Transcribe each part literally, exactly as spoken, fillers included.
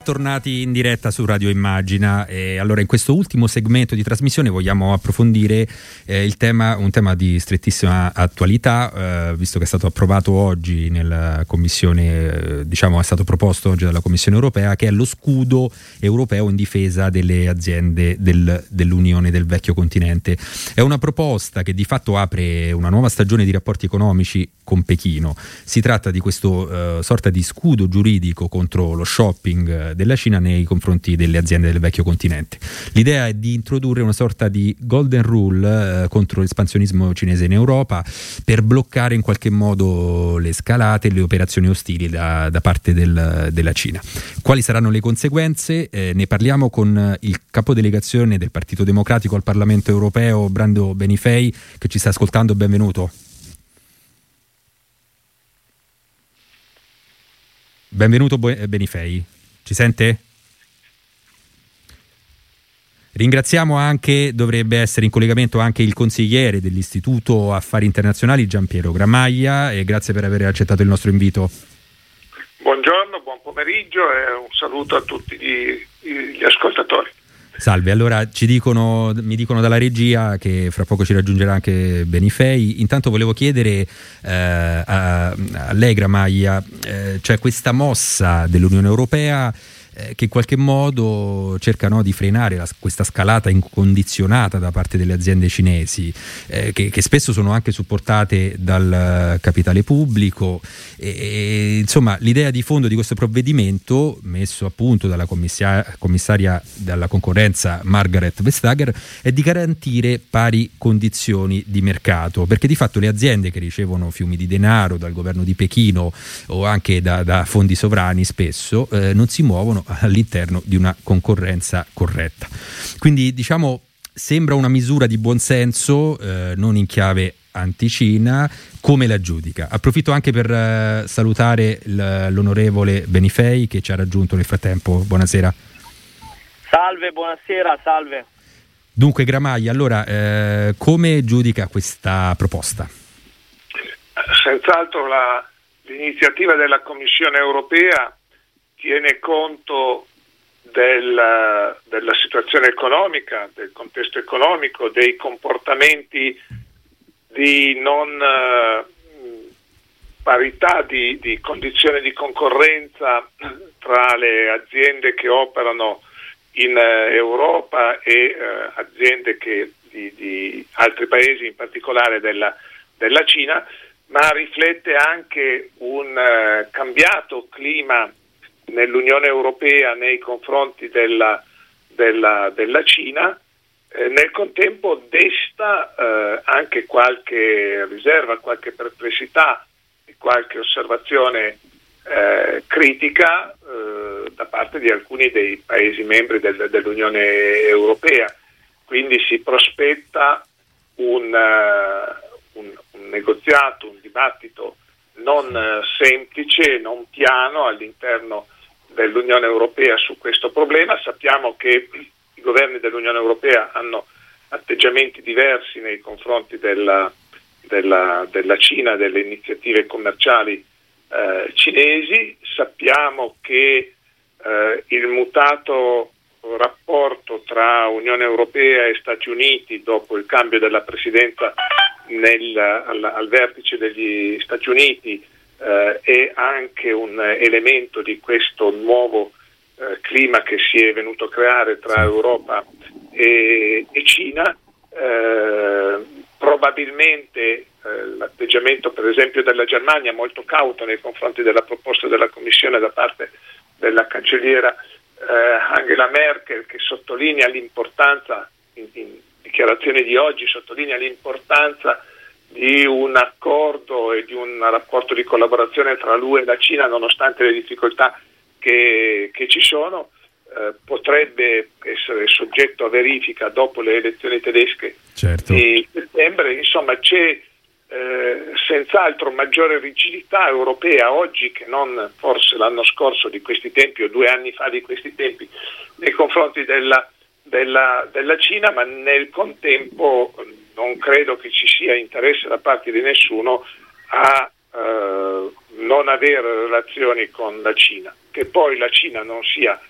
bentornati in diretta su Radio Immagina. E allora in questo ultimo segmento di trasmissione vogliamo approfondire eh, il tema, un tema di strettissima attualità, eh, visto che è stato approvato oggi nella Commissione, eh, diciamo è stato proposto oggi dalla Commissione Europea, che è lo scudo europeo in difesa delle aziende del, dell'Unione del vecchio continente. È una proposta che di fatto apre una nuova stagione di rapporti economici con Pechino. Si tratta di questo eh, sorta di scudo giuridico contro lo shopping della Cina nei confronti delle aziende del vecchio continente. L'idea è di introdurre una sorta di golden rule eh, contro l'espansionismo cinese in Europa, per bloccare in qualche modo le scalate e le operazioni ostili da, da parte del, della Cina. Quali saranno le conseguenze? Eh, ne parliamo con il capodelegazione del Partito Democratico al Parlamento Europeo, Brando Benifei, che ci sta ascoltando. Benvenuto. Benvenuto Benifei, ci sente? Ringraziamo anche, dovrebbe essere in collegamento anche il consigliere dell'Istituto Affari Internazionali Giampiero Gramaglia, e grazie per aver accettato il nostro invito. Buongiorno, buon pomeriggio e un saluto a tutti gli, gli ascoltatori. Salve, allora ci dicono, mi dicono dalla regia che fra poco ci raggiungerà anche Benifei. Intanto volevo chiedere eh, a, a lei Gramaglia, eh, c'è questa mossa dell'Unione Europea eh, che in qualche modo cerca, no, di frenare la, questa scalata incondizionata da parte delle aziende cinesi, eh, che, che spesso sono anche supportate dal capitale pubblico, e, e insomma l'idea di fondo di questo provvedimento messo a punto dalla commissaria, commissaria della concorrenza Margrethe Vestager è di garantire pari condizioni di mercato, perché di fatto le aziende che ricevono fiumi di denaro dal governo di Pechino o anche da, da fondi sovrani spesso eh, non si muovono all'interno di una concorrenza corretta. Quindi diciamo sembra una misura di buonsenso, eh, non in chiave anticina. Come la giudica? Approfitto anche per uh, salutare l- l'onorevole Benifei che ci ha raggiunto nel frattempo. Buonasera. Salve, buonasera, salve. Dunque Gramaglia, allora eh, come giudica questa proposta? Senz'altro la, l'iniziativa della Commissione Europea tiene conto del, della situazione economica, del contesto economico, dei comportamenti di non uh, parità di, di condizioni di concorrenza tra le aziende che operano in uh, Europa e uh, aziende che, di, di altri paesi, in particolare della, della Cina, ma riflette anche un uh, cambiato clima nell'Unione Europea nei confronti della, della, della Cina. Eh, nel contempo desta eh, anche qualche riserva, qualche perplessità e qualche osservazione eh, critica eh, da parte di alcuni dei Paesi membri del, dell'Unione Europea. Quindi si prospetta un, uh, un, un negoziato, un dibattito non uh, semplice, non piano all'interno dell'Unione Europea su questo problema. Sappiamo che i governi dell'Unione Europea hanno atteggiamenti diversi nei confronti della, della, della Cina, delle iniziative commerciali eh, cinesi. Sappiamo che eh, il mutato rapporto tra Unione Europea e Stati Uniti dopo il cambio della presidenza nel, al, al vertice degli Stati Uniti eh, è anche un elemento di questo nuovo eh, clima che si è venuto a creare tra Europa e, e Cina. Eh, probabilmente eh, l'atteggiamento per esempio della Germania molto cauto nei confronti della proposta della Commissione da parte della cancelliera eh, Angela Merkel, che sottolinea l'importanza, in, in dichiarazioni di oggi sottolinea l'importanza di un accordo e di un rapporto di collaborazione tra l'U E e la Cina nonostante le difficoltà che, che ci sono. Eh, potrebbe essere soggetto a verifica dopo le elezioni tedesche certo. di settembre. Insomma c'è eh, senz'altro maggiore rigidità europea oggi che non forse l'anno scorso di questi tempi o due anni fa di questi tempi nei confronti della, della, della Cina, ma nel contempo non credo che ci sia interesse da parte di nessuno a eh, non avere relazioni con la Cina. Che poi la Cina non sia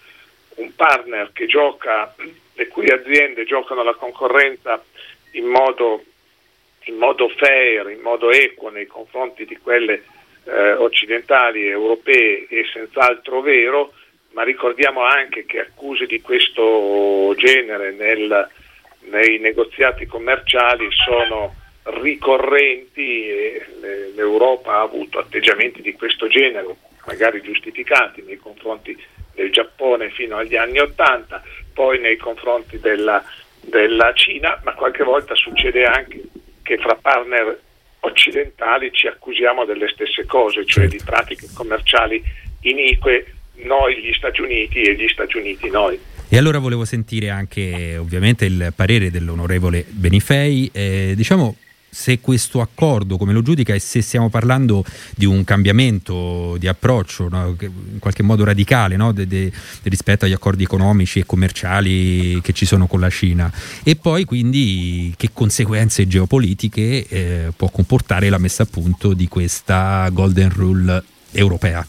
un partner che gioca, le cui aziende giocano la concorrenza in modo, in modo fair, in modo equo nei confronti di quelle eh, occidentali, europee, è senz'altro vero, ma ricordiamo anche che accuse di questo genere nel, nei negoziati commerciali sono ricorrenti e l'Europa ha avuto atteggiamenti di questo genere, magari giustificati nei confronti del Giappone fino agli anni Ottanta, poi nei confronti della, della Cina, ma qualche volta succede anche che fra partner occidentali ci accusiamo delle stesse cose, cioè di pratiche commerciali inique, noi gli Stati Uniti e gli Stati Uniti noi. E allora volevo sentire anche ovviamente il parere dell'onorevole Benifei, eh, diciamo se questo accordo come lo giudica e se stiamo parlando di un cambiamento di approccio, no, in qualche modo radicale, no, de, de, de rispetto agli accordi economici e commerciali che ci sono con la Cina, e poi quindi che conseguenze geopolitiche eh, può comportare la messa a punto di questa Golden Rule europea.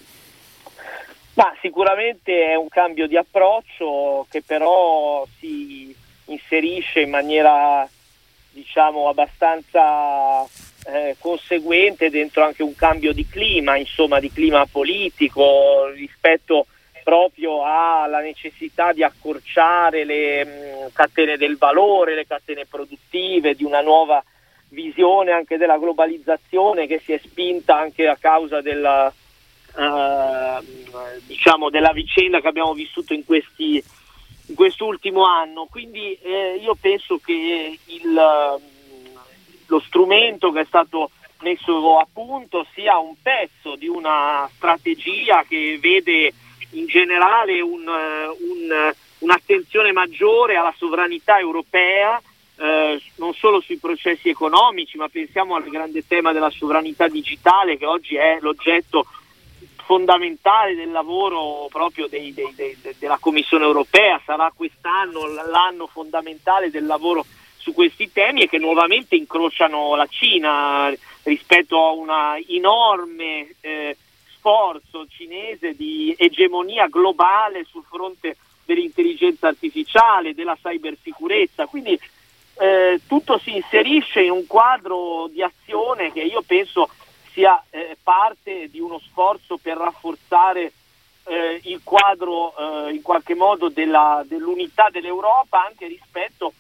Ma sicuramente è un cambio di approccio che però si inserisce in maniera, diciamo, abbastanza eh, conseguente dentro anche un cambio di clima, insomma di clima politico, rispetto proprio alla necessità di accorciare le mh, catene del valore, le catene produttive, di una nuova visione anche della globalizzazione che si è spinta anche a causa della Uh, diciamo della vicenda che abbiamo vissuto in questi in quest'ultimo anno. Quindi eh, io penso che il, lo strumento che è stato messo a punto sia un pezzo di una strategia che vede in generale un, un, un'attenzione maggiore alla sovranità europea, eh, non solo sui processi economici, ma pensiamo al grande tema della sovranità digitale, che oggi è l'oggetto fondamentale del lavoro proprio dei, dei, dei, della Commissione europea. Sarà quest'anno l'anno fondamentale del lavoro su questi temi, e che nuovamente incrociano la Cina rispetto a una enorme eh, sforzo cinese di egemonia globale sul fronte dell'intelligenza artificiale, della cybersicurezza. Quindi eh, tutto si inserisce in un quadro di azione che io penso sia eh, parte di uno sforzo per rafforzare eh, il quadro eh, in qualche modo della, dell'unità dell'Europa, anche rispetto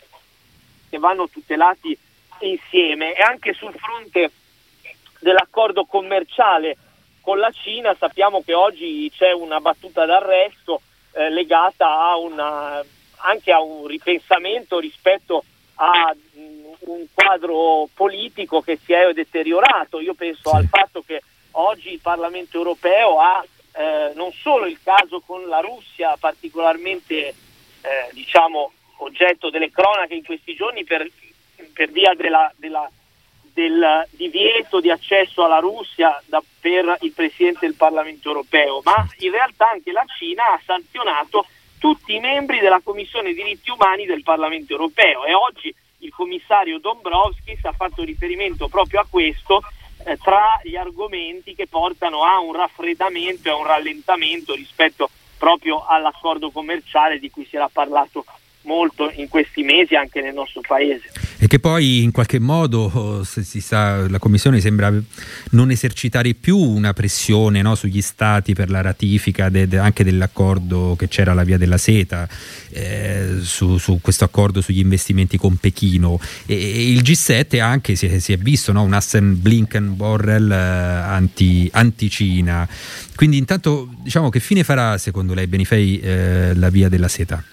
che vanno tutelati insieme. E anche sul fronte dell'accordo commerciale con la Cina sappiamo che oggi c'è una battuta d'arresto eh, legata a una, anche a un ripensamento rispetto a un quadro politico che si è deteriorato. Io penso sì. al fatto che oggi il Parlamento europeo ha eh, non solo il caso con la Russia particolarmente eh, diciamo oggetto delle cronache in questi giorni per, per via della, della, del divieto di accesso alla Russia da, per il Presidente del Parlamento europeo, ma in realtà anche la Cina ha sanzionato tutti i membri della Commissione diritti umani del Parlamento europeo, e oggi il commissario Dombrovskis ha fatto riferimento proprio a questo eh, tra gli argomenti che portano a un raffreddamento e a un rallentamento rispetto proprio all'accordo commerciale di cui si era parlato molto in questi mesi anche nel nostro paese. E che poi in qualche modo se si sa, la Commissione sembra non esercitare più una pressione, no, sugli stati per la ratifica de, de, anche dell'accordo che c'era alla Via della Seta, eh, su, su questo accordo sugli investimenti con Pechino, e, e il G sette anche si è, si è visto, no, un Assen Blinken-Borrell eh, anti, anti-Cina. Quindi intanto diciamo che fine farà secondo lei, Benifei, eh, la Via della Seta?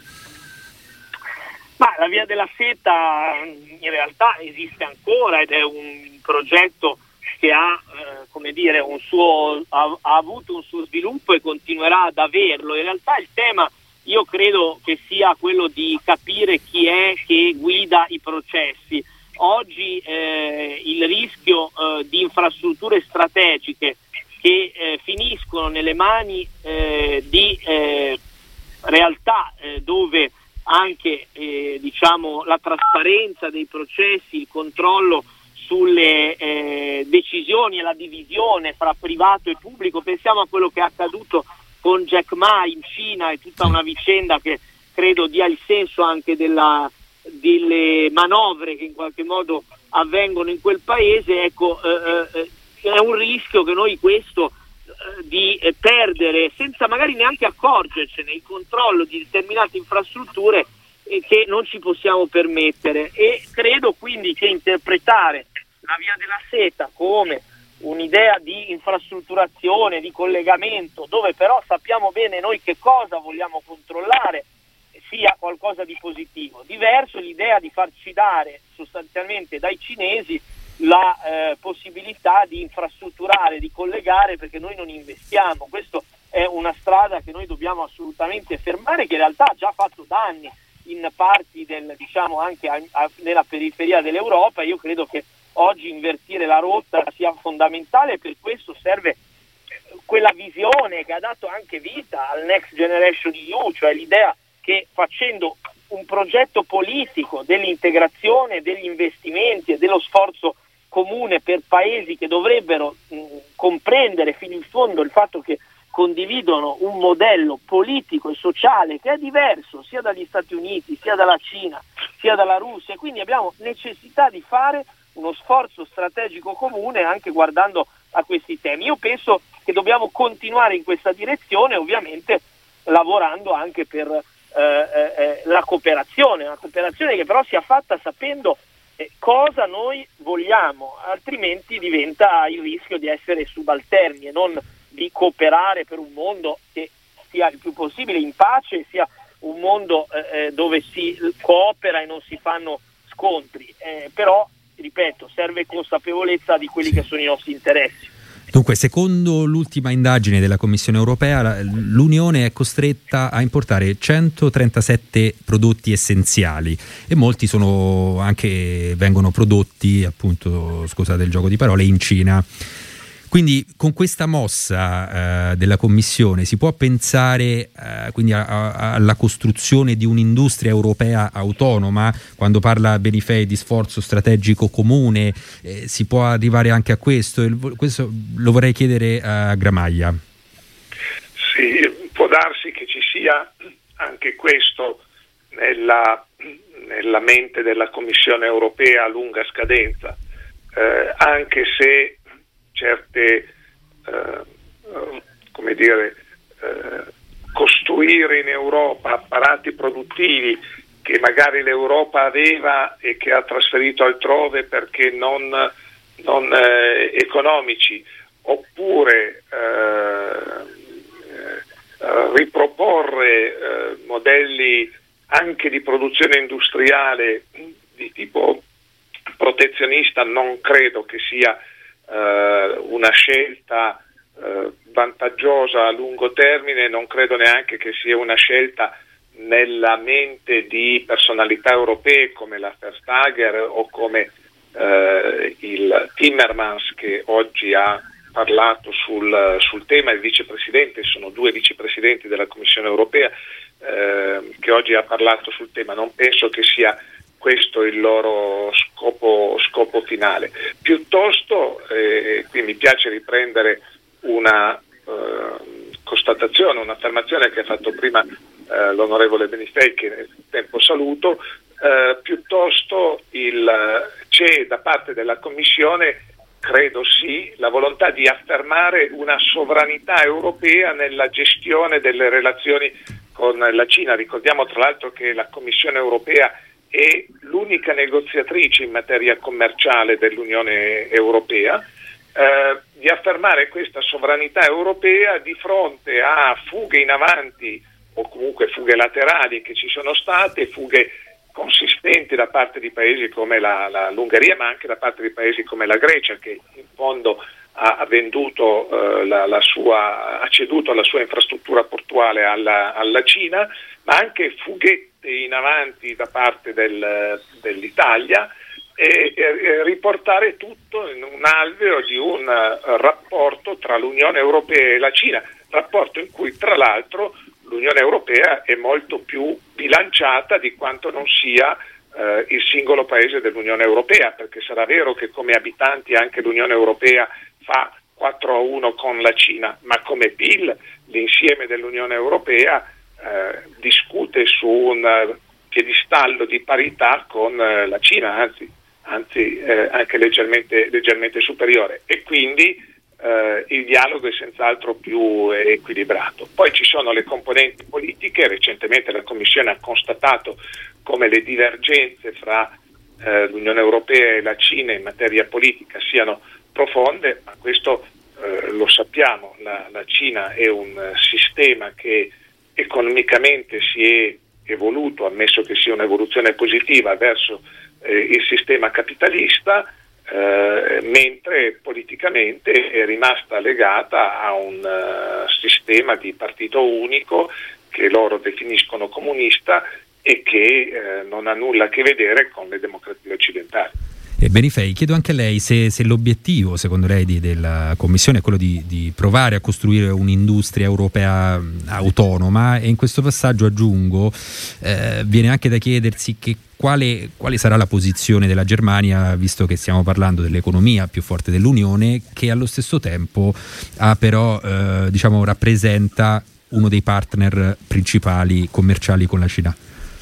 Ma la Via della Seta in realtà esiste ancora ed è un progetto che ha, eh, come dire, un suo, ha, ha avuto un suo sviluppo e continuerà ad averlo. In realtà il tema, io credo che sia quello di capire chi è che guida i processi. Oggi eh, il rischio eh, di infrastrutture strategiche che eh, finiscono nelle mani eh, di eh, realtà eh, dove anche eh, diciamo la trasparenza dei processi, il controllo sulle eh, decisioni e la divisione fra privato e pubblico. Pensiamo a quello che è accaduto con Jack Ma in Cina, è tutta una vicenda che credo dia il senso anche della, delle manovre che in qualche modo avvengono in quel paese. Ecco, eh, eh, è un rischio che noi questo eh, di eh, perdere senza magari neanche accorgercene il controllo di determinate infrastrutture eh, che non ci possiamo permettere, e credo quindi che interpretare la via della seta come un'idea di infrastrutturazione, di collegamento, dove però sappiamo bene noi che cosa vogliamo controllare, sia qualcosa di positivo. Diverso l'idea di farci dare sostanzialmente dai cinesi la eh, possibilità di infrastrutturare, di collegare, perché noi non investiamo. Questo è una strada che noi dobbiamo assolutamente fermare, che in realtà ha già fatto danni in parti del, diciamo anche a, a, nella periferia dell'Europa. Io credo che oggi invertire la rotta sia fondamentale, per questo serve quella visione che ha dato anche vita al Next Generation E U, cioè l'idea che facendo un progetto politico dell'integrazione, degli investimenti e dello sforzo comune per paesi che dovrebbero mh, comprendere fino in fondo il fatto che condividono un modello politico e sociale che è diverso sia dagli Stati Uniti, sia dalla Cina, sia dalla Russia, quindi abbiamo necessità di fare uno sforzo strategico comune anche guardando a questi temi. Io penso che dobbiamo continuare in questa direzione, ovviamente lavorando anche per eh, eh, la cooperazione, una cooperazione che però sia fatta sapendo eh, cosa noi vogliamo, altrimenti diventa il rischio di essere subalterni e non di cooperare per un mondo che sia il più possibile in pace, sia un mondo eh, dove si coopera e non si fanno scontri, eh, però ripeto, serve consapevolezza di quelli che sono i nostri interessi. Dunque, secondo l'ultima indagine della Commissione europea, l'Unione è costretta a importare centotrentasette prodotti essenziali e molti sono anche vengono prodotti, appunto, scusate il gioco di parole, in Cina. Quindi con questa mossa eh, della Commissione si può pensare eh, quindi a, a, alla costruzione di un'industria europea autonoma? Quando parla Benifei di sforzo strategico comune, eh, si può arrivare anche a questo? Questo lo vorrei chiedere a Gramaglia. Sì, può darsi che ci sia anche questo nella, nella mente della Commissione europea a lunga scadenza, eh, anche se certe, eh, come dire, eh, costruire in Europa apparati produttivi che magari l'Europa aveva e che ha trasferito altrove perché non, non eh, economici, oppure eh, eh, riproporre eh, modelli anche di produzione industriale di tipo protezionista, non credo che sia una scelta uh, vantaggiosa a lungo termine, non credo neanche che sia una scelta nella mente di personalità europee come la Vestager o come uh, il Timmermans, che oggi ha parlato sul, sul tema, il vicepresidente, sono due vicepresidenti della Commissione europea uh, che oggi ha parlato sul tema. Non penso che sia questo il loro scopo, scopo finale. Piuttosto, eh, qui mi piace riprendere una eh, constatazione, un'affermazione che ha fatto prima eh, l'onorevole Benifei, che nel tempo saluto, eh, piuttosto il, c'è da parte della Commissione, credo sì, la volontà di affermare una sovranità europea nella gestione delle relazioni con la Cina. Ricordiamo tra l'altro che la Commissione europea è l'unica negoziatrice in materia commerciale dell'Unione Europea, eh, di affermare questa sovranità europea di fronte a fughe in avanti o comunque fughe laterali che ci sono state, fughe consistenti da parte di paesi come la, la, l'Ungheria, ma anche da parte di paesi come la Grecia, che in fondo ha, ha venduto eh, la, la sua, ha ceduto la sua infrastruttura portuale alla, alla Cina, ma anche fughe in avanti da parte del, dell'Italia, e, e riportare tutto in un alveo di un rapporto tra l'Unione Europea e la Cina, rapporto in cui tra l'altro l'Unione Europea è molto più bilanciata di quanto non sia eh, il singolo paese dell'Unione Europea, perché sarà vero che come abitanti anche l'Unione Europea fa quattro a uno con la Cina, ma come P I L l'insieme dell'Unione Europea eh, discute su un piedistallo di parità con eh, la Cina, anzi, anzi eh, anche leggermente, leggermente superiore, e quindi eh, il dialogo è senz'altro più equilibrato. Poi ci sono le componenti politiche. Recentemente la Commissione ha constatato come le divergenze fra eh, l'Unione Europea e la Cina in materia politica siano profonde, ma questo eh, lo sappiamo, la, la Cina è un uh, sistema che economicamente si è evoluto, ammesso che sia un'evoluzione positiva, verso eh, il sistema capitalista, eh, mentre politicamente è rimasta legata a un uh, sistema di partito unico che loro definiscono comunista e che eh, non ha nulla a che vedere con le democrazie occidentali. E Benifei, chiedo anche a lei se, se l'obiettivo, secondo lei, di, della Commissione è quello di, di provare a costruire un'industria europea autonoma, e in questo passaggio aggiungo, eh, viene anche da chiedersi che quale, quale sarà la posizione della Germania, visto che stiamo parlando dell'economia più forte dell'Unione, che allo stesso tempo ha però, eh, diciamo, rappresenta uno dei partner principali commerciali con la Cina.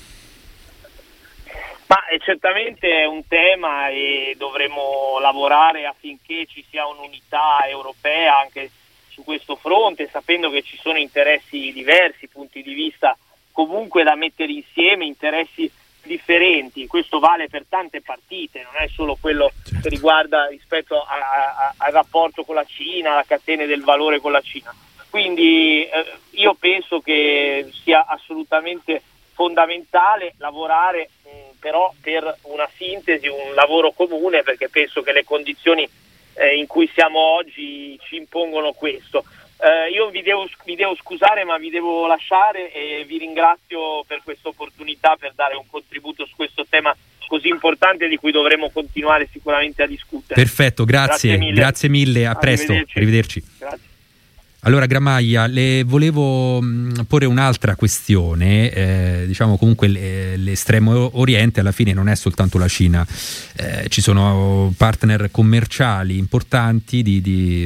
Ma è certamente un tema e dovremo lavorare affinché ci sia un'unità europea anche su questo fronte, sapendo che ci sono interessi diversi, punti di vista comunque da mettere insieme, interessi differenti. Questo vale per tante partite, non è solo quello che riguarda rispetto a, a, al rapporto con la Cina, la catena del valore con la Cina. Quindi eh, io penso che sia assolutamente fondamentale lavorare mh, però per una sintesi, un lavoro comune, perché penso che le condizioni eh, in cui siamo oggi ci impongono questo. Eh, io vi devo, vi devo scusare, ma vi devo lasciare, e vi ringrazio per questa opportunità per dare un contributo su questo tema così importante di cui dovremo continuare sicuramente a discutere. Perfetto, grazie, grazie mille, grazie mille, a presto, arrivederci. arrivederci. Grazie. Allora Gramaglia, le volevo mh, porre un'altra questione, eh, diciamo comunque le, l'estremo oriente alla fine non è soltanto la Cina, eh, ci sono partner commerciali importanti di, di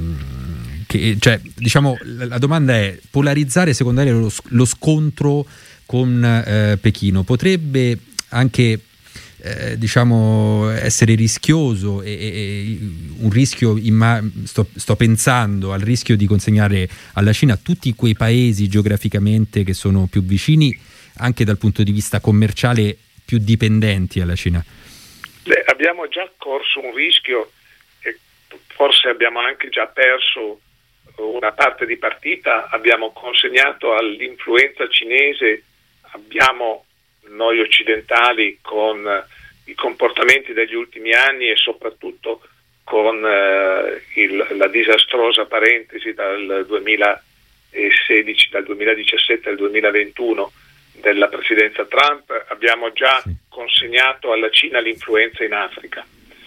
ehm, che, cioè, diciamo, la, la domanda è: polarizzare secondo lei lo, lo scontro con eh, Pechino potrebbe anche Eh, diciamo essere rischioso, e, e un rischio, imma- sto, sto pensando al rischio di consegnare alla Cina tutti quei paesi geograficamente che sono più vicini, anche dal punto di vista commerciale più dipendenti alla Cina? Beh, abbiamo già corso un rischio e forse abbiamo anche già perso una parte di partita, abbiamo consegnato all'influenza cinese, abbiamo noi occidentali, con i comportamenti degli ultimi anni e soprattutto con eh, il, la disastrosa parentesi dal duemilasedici, dal duemiladiciassette al duemilaventuno della presidenza Trump, abbiamo già consegnato alla Cina l'influenza in Africa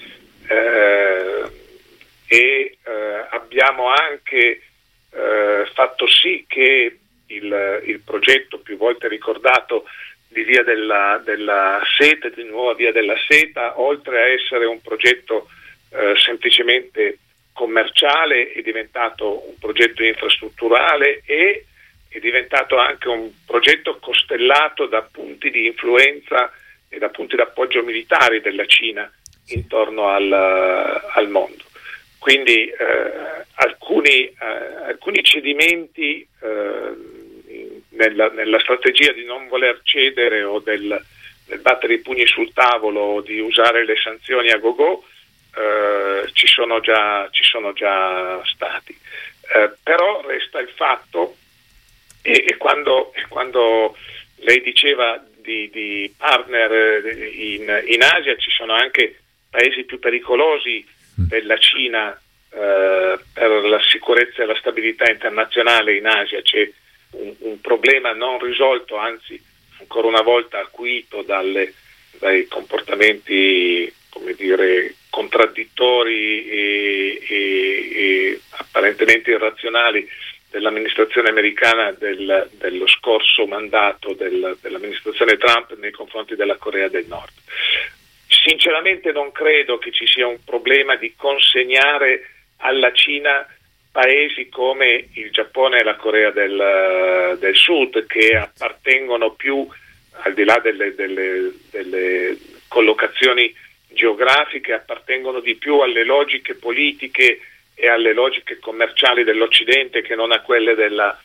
eh, e eh, abbiamo anche eh, fatto sì che il, il progetto più volte ricordato di via della, della seta, di nuova via della seta, oltre a essere un progetto eh, semplicemente commerciale, è diventato un progetto infrastrutturale e è diventato anche un progetto costellato da punti di influenza e da punti d'appoggio militari della Cina intorno al, al mondo. Quindi eh, alcuni, eh, alcuni cedimenti eh, Nella, nella strategia di non voler cedere o del, del battere i pugni sul tavolo o di usare le sanzioni a go-go eh, ci sono già, ci sono già stati. Eh, però resta il fatto, e, e, quando, e quando lei diceva di, di partner in, in Asia, ci sono anche paesi più pericolosi della Cina eh, per la sicurezza e la stabilità internazionale. In Asia c'è Un, un problema non risolto, anzi ancora una volta acuito dalle, dai comportamenti, come dire, contraddittori e, e, e apparentemente irrazionali dell'amministrazione americana del, dello scorso mandato del, dell'amministrazione Trump nei confronti della Corea del Nord. Sinceramente non credo che ci sia un problema di consegnare alla Cina paesi come il Giappone e la Corea del, del Sud, che appartengono più, al di là delle, delle, delle collocazioni geografiche, appartengono di più alle logiche politiche e alle logiche commerciali dell'Occidente che non a quelle della,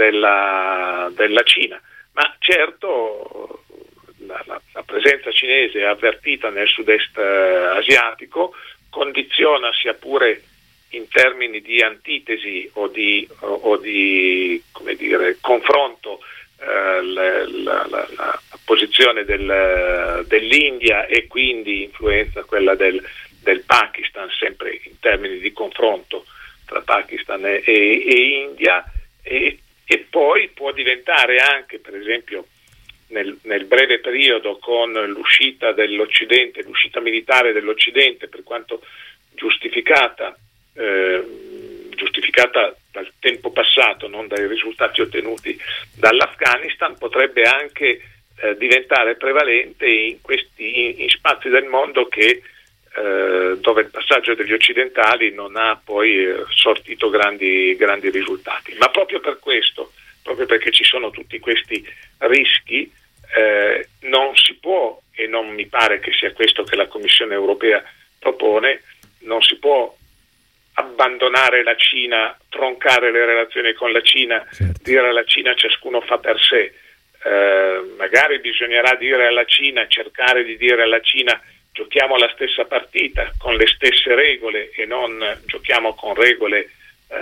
della, della Cina. Ma certo la, la, la presenza cinese avvertita nel sud-est asiatico condiziona, sia pure in termini di antitesi o di, o, o di come dire, confronto, eh, la, la, la, la posizione del, dell'India e quindi influenza quella del, del Pakistan, sempre in termini di confronto tra Pakistan e, e, e India, e, e poi può diventare anche, per esempio, nel, nel breve periodo, con l'uscita dell'Occidente, l'uscita militare dell'Occidente, per quanto giustificata, eh, giustificata dal tempo passato, non dai risultati ottenuti dall'Afghanistan, potrebbe anche eh, diventare prevalente in questi in, in spazi del mondo che eh, dove il passaggio degli occidentali non ha poi eh, sortito grandi, grandi risultati. Ma proprio per questo, proprio perché ci sono tutti questi rischi, eh, non si può, e non mi pare che sia questo che la Commissione europea propone, non si può abbandonare la Cina, troncare le relazioni con la Cina, certo. Dire alla Cina ciascuno fa per sé. Eh, magari bisognerà dire alla Cina, cercare di dire alla Cina giochiamo la stessa partita con le stesse regole e non giochiamo con regole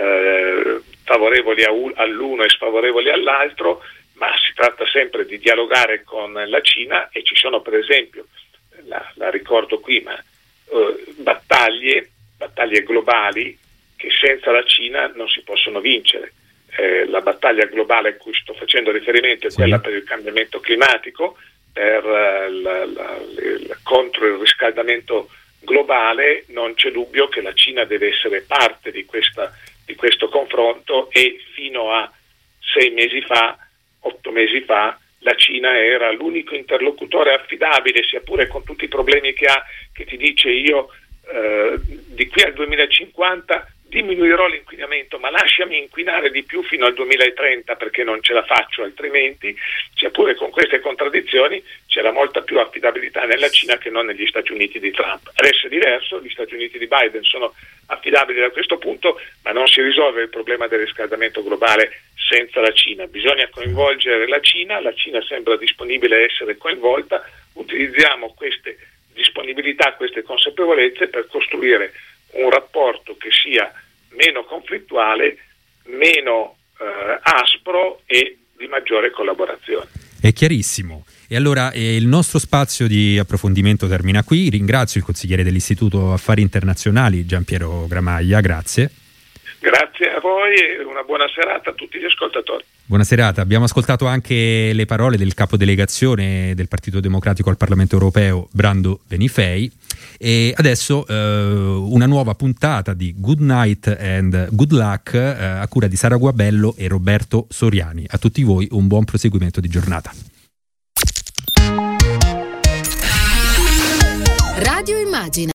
eh, favorevoli a u- all'uno e sfavorevoli all'altro, ma si tratta sempre di dialogare con la Cina, e ci sono, per esempio, la, la ricordo qui, ma eh, battaglie battaglie globali che senza la Cina non si possono vincere. Eh, la battaglia globale a cui sto facendo riferimento è sì. quella per il cambiamento climatico, per uh, la, la, la, contro il riscaldamento globale. Non c'è dubbio che la Cina deve essere parte di, questa, di questo confronto, e fino a sei mesi fa, otto mesi fa, la Cina era l'unico interlocutore affidabile, sia pure con tutti i problemi che ha, che ti dice io Uh, di qui al duemilacinquanta diminuirò l'inquinamento, ma lasciami inquinare di più fino al duemilatrenta perché non ce la faccio altrimenti. Sia pure con queste contraddizioni c'era molta più affidabilità nella Cina che non negli Stati Uniti di Trump. Adesso è diverso, gli Stati Uniti di Biden sono affidabili da questo punto, ma non si risolve il problema del riscaldamento globale senza la Cina. Bisogna coinvolgere la Cina, la Cina sembra disponibile a essere coinvolta, utilizziamo queste disponibilità, queste consapevolezze per costruire un rapporto che sia meno conflittuale, meno eh, aspro e di maggiore collaborazione. È chiarissimo. E allora eh, il nostro spazio di approfondimento termina qui. Ringrazio il consigliere dell'Istituto Affari Internazionali Giampiero Gramaglia, grazie. Grazie a voi e una buona serata a tutti gli ascoltatori. Buona serata. Abbiamo ascoltato anche le parole del capodelegazione del Partito Democratico al Parlamento Europeo, Brando Benifei. E adesso eh, una nuova puntata di Good Night and Good Luck eh, a cura di Sara Guabello e Roberto Soriani. A tutti voi un buon proseguimento di giornata. Radio Immagina.